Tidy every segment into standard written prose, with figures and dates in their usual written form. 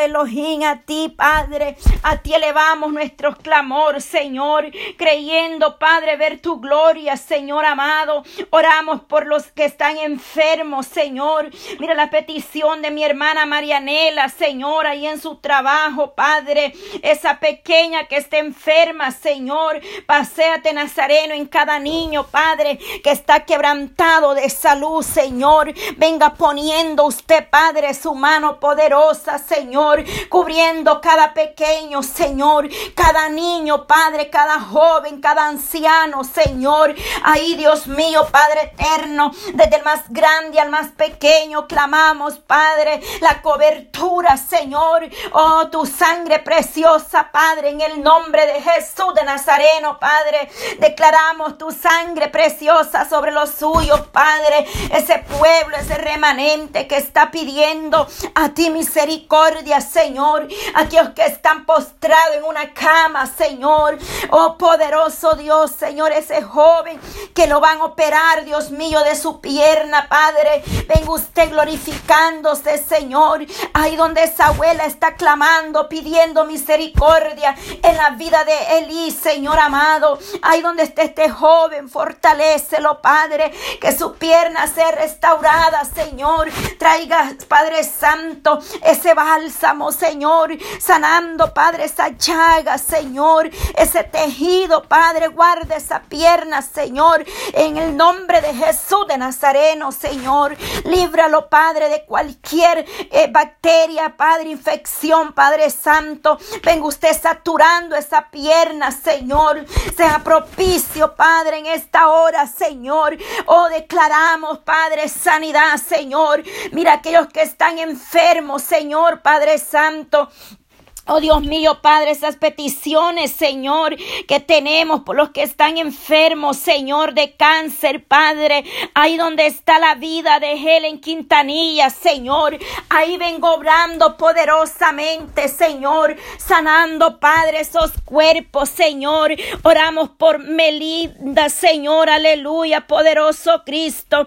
Elohim, a ti, Padre, a ti elevamos nuestros clamor, Señor, creyendo, Padre, ver tu gloria, Señor amado. Oramos por los que están enfermos, Señor. Mira la petición de mi hermana Marianela, Señor, ahí en su trabajo, Padre, esa pequeña que está enferma, Señor, paséate, Nazareno, en cada niño, Padre, que está quebrantado de salud, Señor. Venga poniendo usted, Padre, su mano poderosa, Señor, cubriendo cada pequeño, Señor, cada niño, Padre, cada joven, cada anciano, Señor. Ahí, Dios mío, Padre eterno, desde el más grande al más pequeño, clamamos, Padre, la cobertura, Señor. Oh, tu sangre preciosa, Padre, en el nombre de Jesús de Nazareno, Padre, declaramos tu sangre preciosa sobre los suyos, Padre, ese pueblo, ese remanente que está pidiendo a ti misericordia, Señor, aquellos que están postrados en una cama, Señor. Oh, poderoso Dios, Señor, ese joven que lo van a operar, Dios mío, de su pierna, Padre, venga usted glorificándose, Señor, ahí donde esa abuela está clamando, pidiendo misericordia en la vida de Eli, Señor amado, ahí donde está este joven, fortalécelo, Padre, que su pierna sea restaurada, Señor. Traiga, Padre Santo, ese bálsamo, Señor, sanando, Padre, esa llaga, Señor, ese tejido, Padre, guarda esa pierna, Señor, en el nombre de Jesús de Nazareno, Señor. Líbralo, Padre, de cualquier bacteria, Padre, infección, Padre Santo. Venga usted saturando esa pierna, Señor. Sea propicio, Padre, en esta hora, Señor. Oh, declaramos, Padre, sanidad, Señor. Mira aquellos que están enfermos, Señor, Padre Santo. Oh Dios mío, Padre, esas peticiones, Señor, que tenemos por los que están enfermos, Señor, de cáncer, Padre, ahí donde está la vida de Helen Quintanilla, Señor, ahí vengo obrando poderosamente, Señor, sanando, Padre, esos cuerpos, Señor. Oramos por Melinda, Señor, aleluya, poderoso Cristo.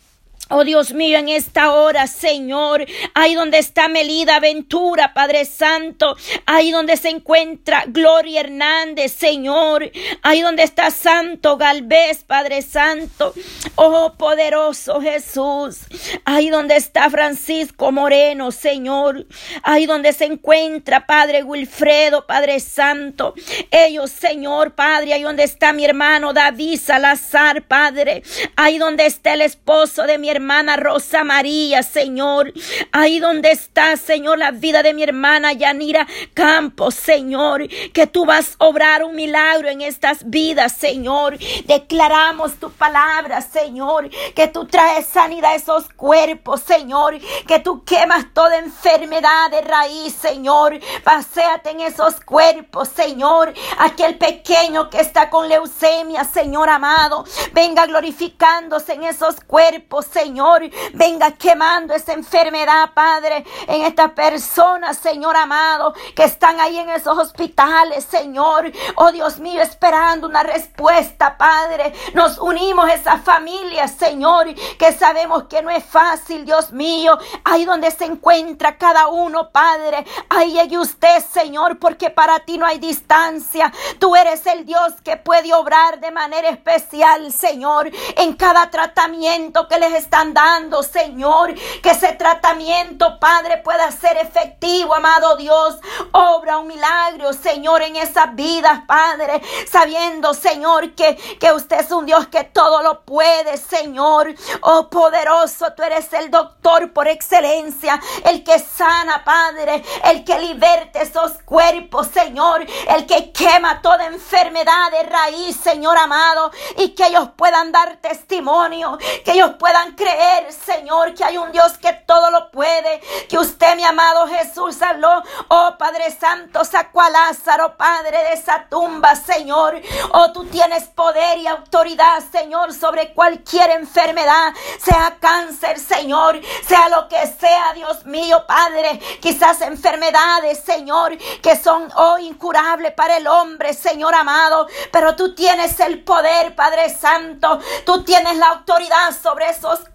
Oh Dios mío, en esta hora, Señor, ahí donde está Melida Ventura, Padre Santo, ahí donde se encuentra Gloria Hernández, Señor, ahí donde está Santo Galvez, Padre Santo, oh poderoso Jesús, ahí donde está Francisco Moreno, Señor, ahí donde se encuentra Padre Wilfredo, Padre Santo, ellos, Señor, Padre, ahí donde está mi hermano David Salazar, Padre, ahí donde está el esposo de mi hermana Rosa María, Señor, ahí donde está, Señor, la vida de mi hermana Yanira Campos, Señor, que tú vas a obrar un milagro en estas vidas, Señor. Declaramos tu palabra, Señor, que tú traes sanidad a esos cuerpos, Señor, que tú quemas toda enfermedad de raíz, Señor. Paséate en esos cuerpos, Señor, aquel pequeño que está con leucemia, Señor amado, venga glorificándose en esos cuerpos, Señor. Venga quemando esa enfermedad, Padre, en estas personas, Señor amado, que están ahí en esos hospitales, Señor. Oh Dios mío, esperando una respuesta, Padre. Nos unimos a esa familia, Señor, que sabemos que no es fácil, Dios mío. Ahí donde se encuentra cada uno, Padre, ahí llegue usted, Señor, porque para ti no hay distancia. Tú eres el Dios que puede obrar de manera especial, Señor, en cada tratamiento que les están dando, Señor, que ese tratamiento, Padre, pueda ser efectivo, amado Dios. Obra un milagro, Señor, en esas vidas, Padre, sabiendo, Señor, que usted es un Dios que todo lo puede, Señor. Oh, poderoso, tú eres el doctor por excelencia, el que sana, Padre, el que liberte esos cuerpos, Señor, el que quema toda enfermedad de raíz, Señor amado, y que ellos puedan dar testimonio, que ellos puedan creer, Señor, que hay un Dios que todo lo puede, que usted, mi amado Jesús, saló, oh Padre Santo, sacó a Lázaro, Padre, de esa tumba, Señor. Oh, tú tienes poder y autoridad, Señor, sobre cualquier enfermedad, sea cáncer, Señor, sea lo que sea, Dios mío, Padre, quizás enfermedades, Señor, que son incurables para el hombre, Señor amado, pero tú tienes el poder, Padre Santo, tú tienes la autoridad sobre esos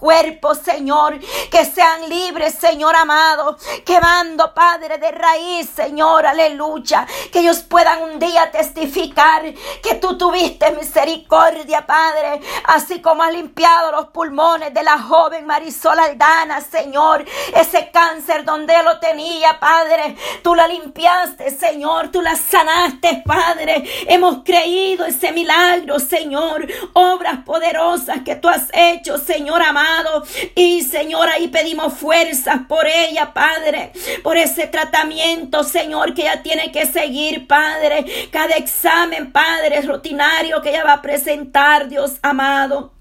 cuerpos, Señor, que sean libres, Señor amado, quemando, Padre, de raíz, Señor, aleluya, que ellos puedan un día testificar que tú tuviste misericordia, Padre, así como has limpiado los pulmones de la joven Marisol Aldana, Señor, ese cáncer donde lo tenía, Padre, tú la limpiaste, Señor, tú la sanaste, Padre, hemos creído ese milagro, Señor, obras poderosas que tú has hecho, Señor amado, y Señor, ahí pedimos fuerzas por ella, Padre, por ese tratamiento, Señor, que ella tiene que seguir, Padre, cada examen, Padre, rutinario que ella va a presentar, Dios amado.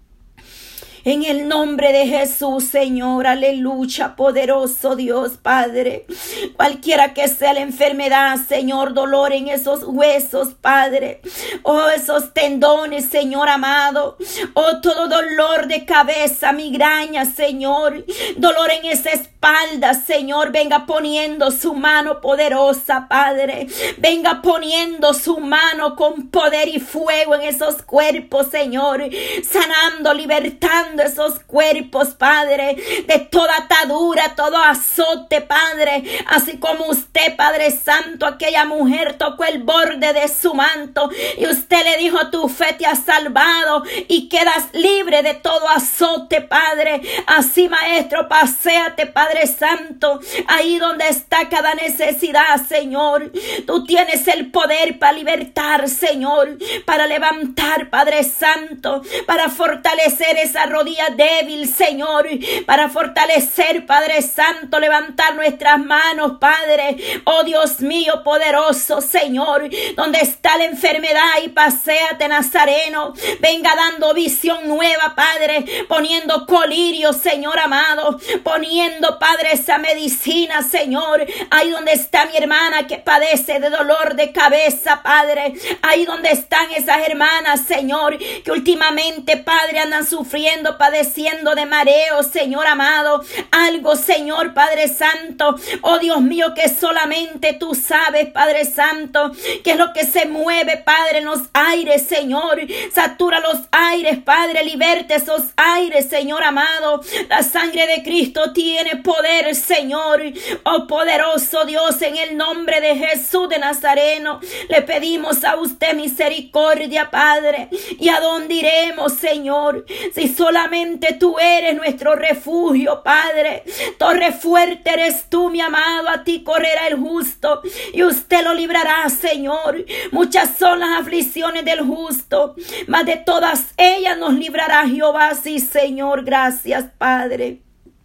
En el nombre de Jesús, Señor, aleluya, poderoso Dios, Padre. Cualquiera que sea la enfermedad, Señor, dolor en esos huesos, Padre. Oh, esos tendones, Señor amado. Oh, todo dolor de cabeza, migraña, Señor. Dolor en esa espalda, Señor. Venga poniendo su mano poderosa, Padre. Venga poniendo su mano con poder y fuego en esos cuerpos, Señor. Sanando, libertando esos cuerpos, Padre, de toda atadura, todo azote, Padre, así como usted, Padre Santo, aquella mujer tocó el borde de su manto y usted le dijo, tu fe te ha salvado y quedas libre de todo azote, Padre. Así, Maestro, paséate, Padre Santo, ahí donde está cada necesidad, Señor. Tú tienes el poder para libertar, Señor, para levantar, Padre Santo, para fortalecer esa rodilla débil, Señor, para fortalecer, Padre Santo, levantar nuestras manos, Padre. Oh Dios mío, poderoso, Señor, donde está la enfermedad, y paséate, Nazareno. Venga dando visión nueva, Padre, poniendo colirio, Señor amado, poniendo, Padre, esa medicina, Señor, ahí donde está mi hermana que padece de dolor de cabeza, Padre, ahí donde están esas hermanas, Señor, que últimamente, Padre, andan sufriendo, padeciendo de mareo, Señor amado, algo, Señor, Padre Santo, oh Dios mío, que solamente tú sabes, Padre Santo, qué es lo que se mueve, Padre, en los aires, Señor. Satura los aires, Padre, liberte esos aires, Señor amado. La sangre de Cristo tiene poder, Señor. Oh poderoso Dios, en el nombre de Jesús de Nazareno, le pedimos a usted misericordia, Padre. ¿Y a dónde iremos, Señor? Si solamente tú eres nuestro refugio, Padre. Torre fuerte eres tú, mi amado. A ti correrá el justo y usted lo librará, Señor. Muchas son las aflicciones del justo, mas de todas ellas nos librará Jehová. Sí, Señor, gracias, Padre.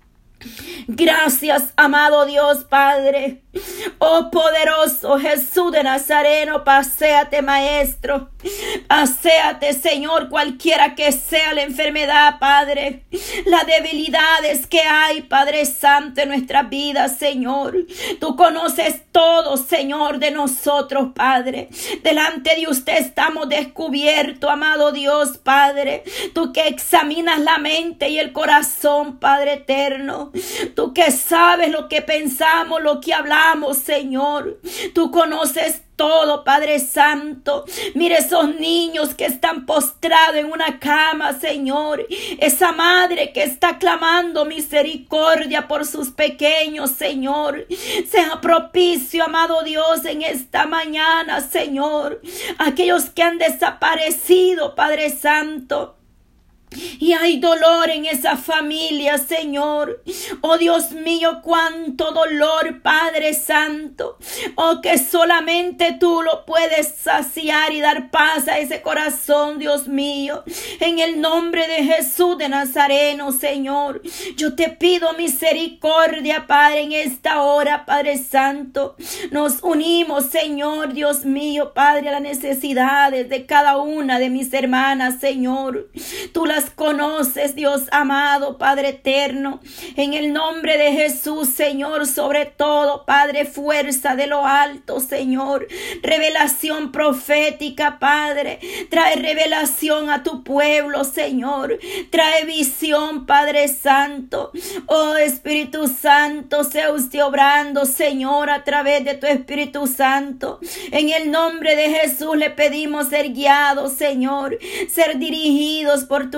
Gracias, amado Dios, Padre. Oh poderoso Jesús de Nazareno, paséate, Maestro. Paséate, Señor, cualquiera que sea la enfermedad, Padre. Las debilidades que hay, Padre Santo, en nuestras vidas, Señor. Tú conoces todo, Señor, de nosotros, Padre. Delante de usted estamos descubiertos, amado Dios, Padre. Tú que examinas la mente y el corazón, Padre eterno. Tú que sabes lo que pensamos, lo que hablamos, Señor. Tú conoces todo, Padre Santo. Mire esos niños que están postrados en una cama, Señor. Esa madre que está clamando misericordia por sus pequeños, Señor. Sea propicio, amado Dios, en esta mañana, Señor. Aquellos que han desaparecido, Padre Santo. Y hay dolor en esa familia, Señor. Oh Dios mío, cuánto dolor, Padre Santo. Oh, que solamente tú lo puedes saciar y dar paz a ese corazón, Dios mío. En el nombre de Jesús de Nazareno, Señor, yo te pido misericordia, Padre, en esta hora, Padre Santo. Nos unimos, Señor, Dios mío, Padre, a las necesidades de cada una de mis hermanas, Señor. Tú las conoces, Dios amado, Padre eterno. En el nombre de Jesús, Señor, sobre todo, Padre, fuerza de lo alto, Señor. Revelación profética, Padre. Trae revelación a tu pueblo, Señor. Trae visión, Padre Santo. Oh Espíritu Santo, sea usted obrando, Señor, a través de tu Espíritu Santo. En el nombre de Jesús le pedimos ser guiados, Señor. Ser dirigidos por tu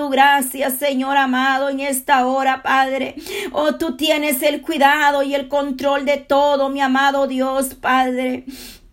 gracias, Señor amado, en esta hora, Padre. Oh, tú tienes el cuidado y el control de todo, mi amado Dios, Padre.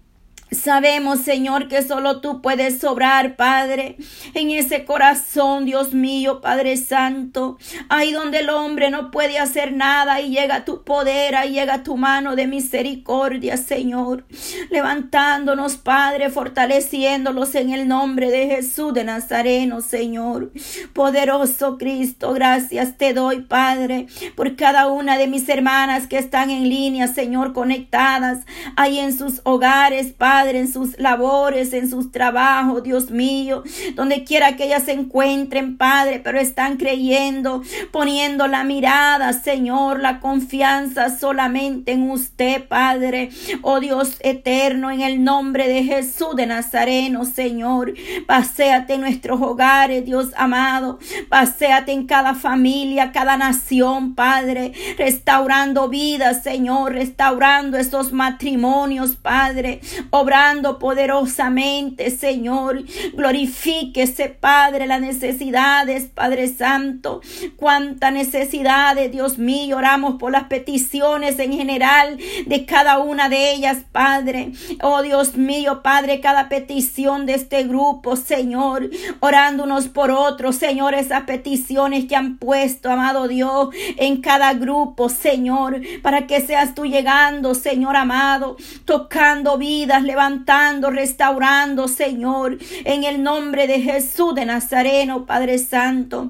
Sabemos, Señor, que solo tú puedes obrar, Padre, en ese corazón, Dios mío, Padre Santo. Ahí donde el hombre no puede hacer nada, y llega tu poder, ahí llega tu mano de misericordia, Señor. Levantándonos, Padre, fortaleciéndolos en el nombre de Jesús de Nazareno, Señor. Poderoso Cristo, gracias te doy, Padre, por cada una de mis hermanas que están en línea, Señor, conectadas ahí en sus hogares, Padre, en sus labores, en sus trabajos, Dios mío, donde quiera que ellas se encuentren, Padre, pero están creyendo, poniendo la mirada, Señor, la confianza solamente en usted, Padre. Oh Dios eterno, en el nombre de Jesús de Nazareno, Señor, paséate en nuestros hogares, Dios amado, paséate en cada familia, cada nación, Padre, restaurando vidas, Señor, restaurando esos matrimonios, Padre, obrando poderosamente, Señor. Glorifíquese, Padre, las necesidades, Padre Santo. Cuántas necesidades, Dios mío. Oramos por las peticiones en general de cada una de ellas, Padre. Oh, Dios mío, Padre, cada petición de este grupo, Señor. Orando unos por otros, Señor, esas peticiones que han puesto, amado Dios, en cada grupo, Señor, para que seas tú llegando, Señor amado, tocando vidas, levantando, restaurando, Señor, en el nombre de Jesús de Nazareno, Padre Santo.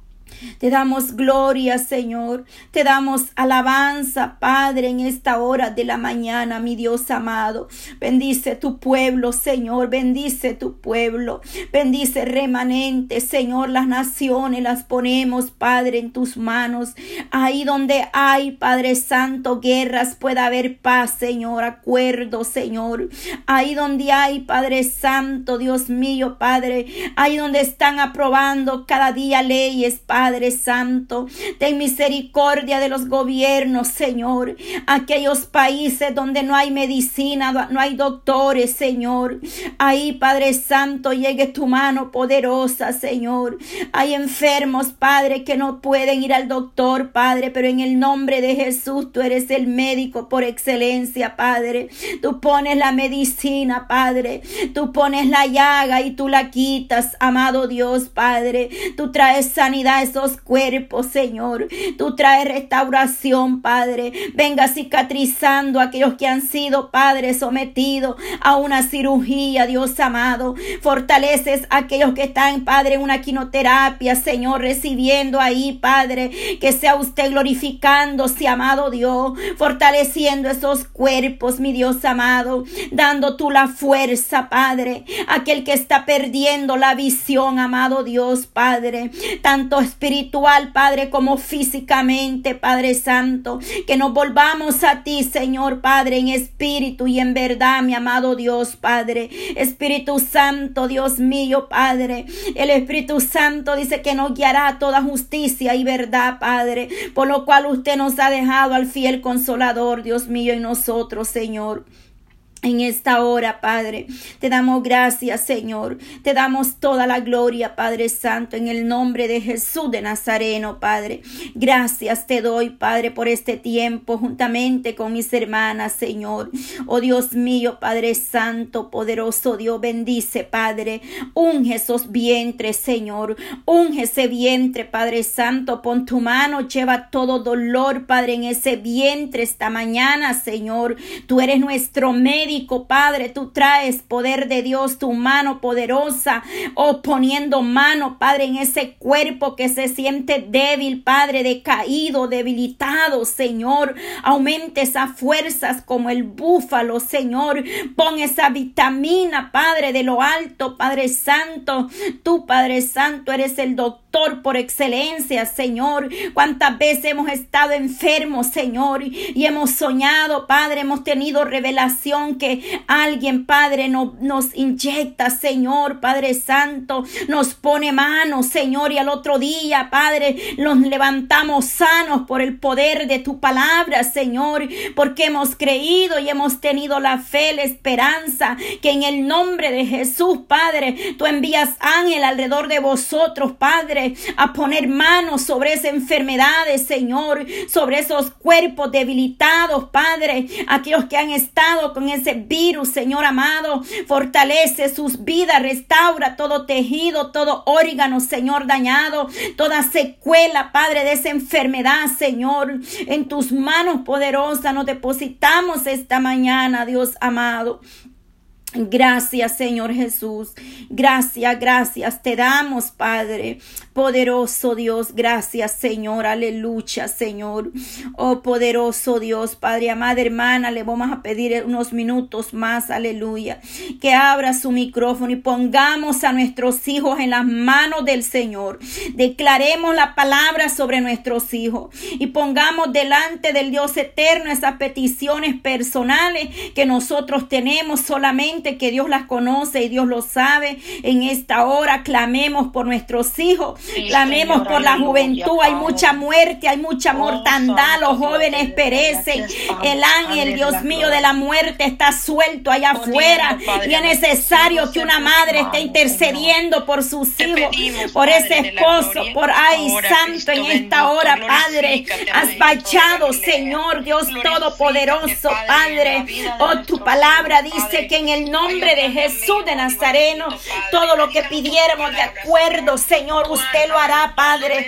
Te damos gloria, Señor. Te damos alabanza, Padre, en esta hora de la mañana, mi Dios amado. Bendice tu pueblo, Señor. Bendice tu pueblo. Bendice remanente, Señor. Las naciones las ponemos, Padre, en tus manos. Ahí donde hay, Padre Santo, guerras, pueda haber paz, Señor. Acuerdo, Señor. Ahí donde hay, Padre Santo, Dios mío, Padre. Ahí donde están aprobando cada día leyes, Padre Santo, ten misericordia de los gobiernos, Señor. Aquellos países donde no hay medicina, no hay doctores, Señor. Ahí, Padre Santo, llegue tu mano poderosa, Señor. Hay enfermos, Padre, que no pueden ir al doctor, Padre, pero en el nombre de Jesús, tú eres el médico por excelencia, Padre. Tú pones la medicina, Padre. Tú pones la llaga y tú la quitas, amado Dios, Padre. Tú traes sanidad a esos cuerpos, Señor. Tú traes restauración, Padre. Venga cicatrizando a aquellos que han sido, Padre, sometidos a una cirugía, Dios amado. Fortaleces a aquellos que están, Padre, en una quimioterapia, Señor, recibiendo ahí, Padre, que sea usted glorificándose, amado Dios, fortaleciendo esos cuerpos, mi Dios amado, dando tú la fuerza, Padre, aquel que está perdiendo la visión, amado Dios, Padre, tanto espiritual, Padre, como físicamente, Padre Santo, que nos volvamos a ti, Señor, Padre, en espíritu y en verdad, mi amado Dios, Padre. Espíritu Santo, Dios mío, Padre, el Espíritu Santo dice que nos guiará a toda justicia y verdad, Padre, por lo cual usted nos ha dejado al fiel Consolador, Dios mío, en nosotros, Señor. En esta hora, Padre, te damos gracias, Señor. Te damos toda la gloria, Padre Santo, en el nombre de Jesús de Nazareno, Padre. Gracias te doy, Padre, por este tiempo juntamente con mis hermanas, Señor. Oh Dios mío, Padre Santo, poderoso Dios, bendice, Padre. Unge esos vientres, Señor. Unge ese vientre, Padre Santo. Pon tu mano, lleva todo dolor, Padre, en ese vientre esta mañana, Señor. Tú eres nuestro médico, Padre, tú traes poder de Dios, tu mano poderosa, poniendo mano, Padre, en ese cuerpo que se siente débil, Padre, decaído, debilitado, Señor. Aumente esas fuerzas como el búfalo, Señor. Pon esa vitamina, Padre, de lo alto, Padre Santo. Tú, Padre Santo, eres el doctor por excelencia, Señor. Cuántas veces hemos estado enfermos, Señor, y hemos soñado, Padre, hemos tenido revelación que alguien, Padre, nos inyecta, Señor, Padre Santo, nos pone manos, Señor, y al otro día, Padre, nos levantamos sanos por el poder de tu palabra, Señor, porque hemos creído y hemos tenido la fe, la esperanza, que en el nombre de Jesús, Padre, tú envías ángel alrededor de vosotros, Padre, Padre, a poner manos sobre esas enfermedades, Señor, sobre esos cuerpos debilitados, Padre, aquellos que han estado con ese virus, Señor amado, fortalece sus vidas, restaura todo tejido, todo órgano, Señor, dañado, toda secuela, Padre, de esa enfermedad, Señor, en tus manos poderosas nos depositamos esta mañana, Dios amado. Gracias, Señor Jesús. Gracias te damos, Padre. Poderoso Dios, gracias, Señor. Aleluya, Señor. Oh, poderoso Dios, Padre, amada hermana, le vamos a pedir unos minutos más, aleluya, que abra su micrófono y pongamos a nuestros hijos en las manos del Señor. Declaremos la palabra sobre nuestros hijos y pongamos delante del Dios eterno esas peticiones personales que nosotros tenemos solamente, que Dios las conoce y Dios lo sabe. En esta hora clamemos por nuestros hijos, clamemos, Señor, por la juventud. Hay mucha muerte, hay mucha mortandad, los jóvenes perecen. El ángel, Dios mío, de la muerte está suelto allá afuera y es necesario que una madre esté intercediendo por sus hijos, por ese esposo, por santo, en esta hora, Padre, has bachado, Señor Dios Todopoderoso, Padre. Oh, tu palabra dice que en el nombre de Jesús de Nazareno, todo lo que pidiéramos de acuerdo, Señor, usted lo hará, Padre.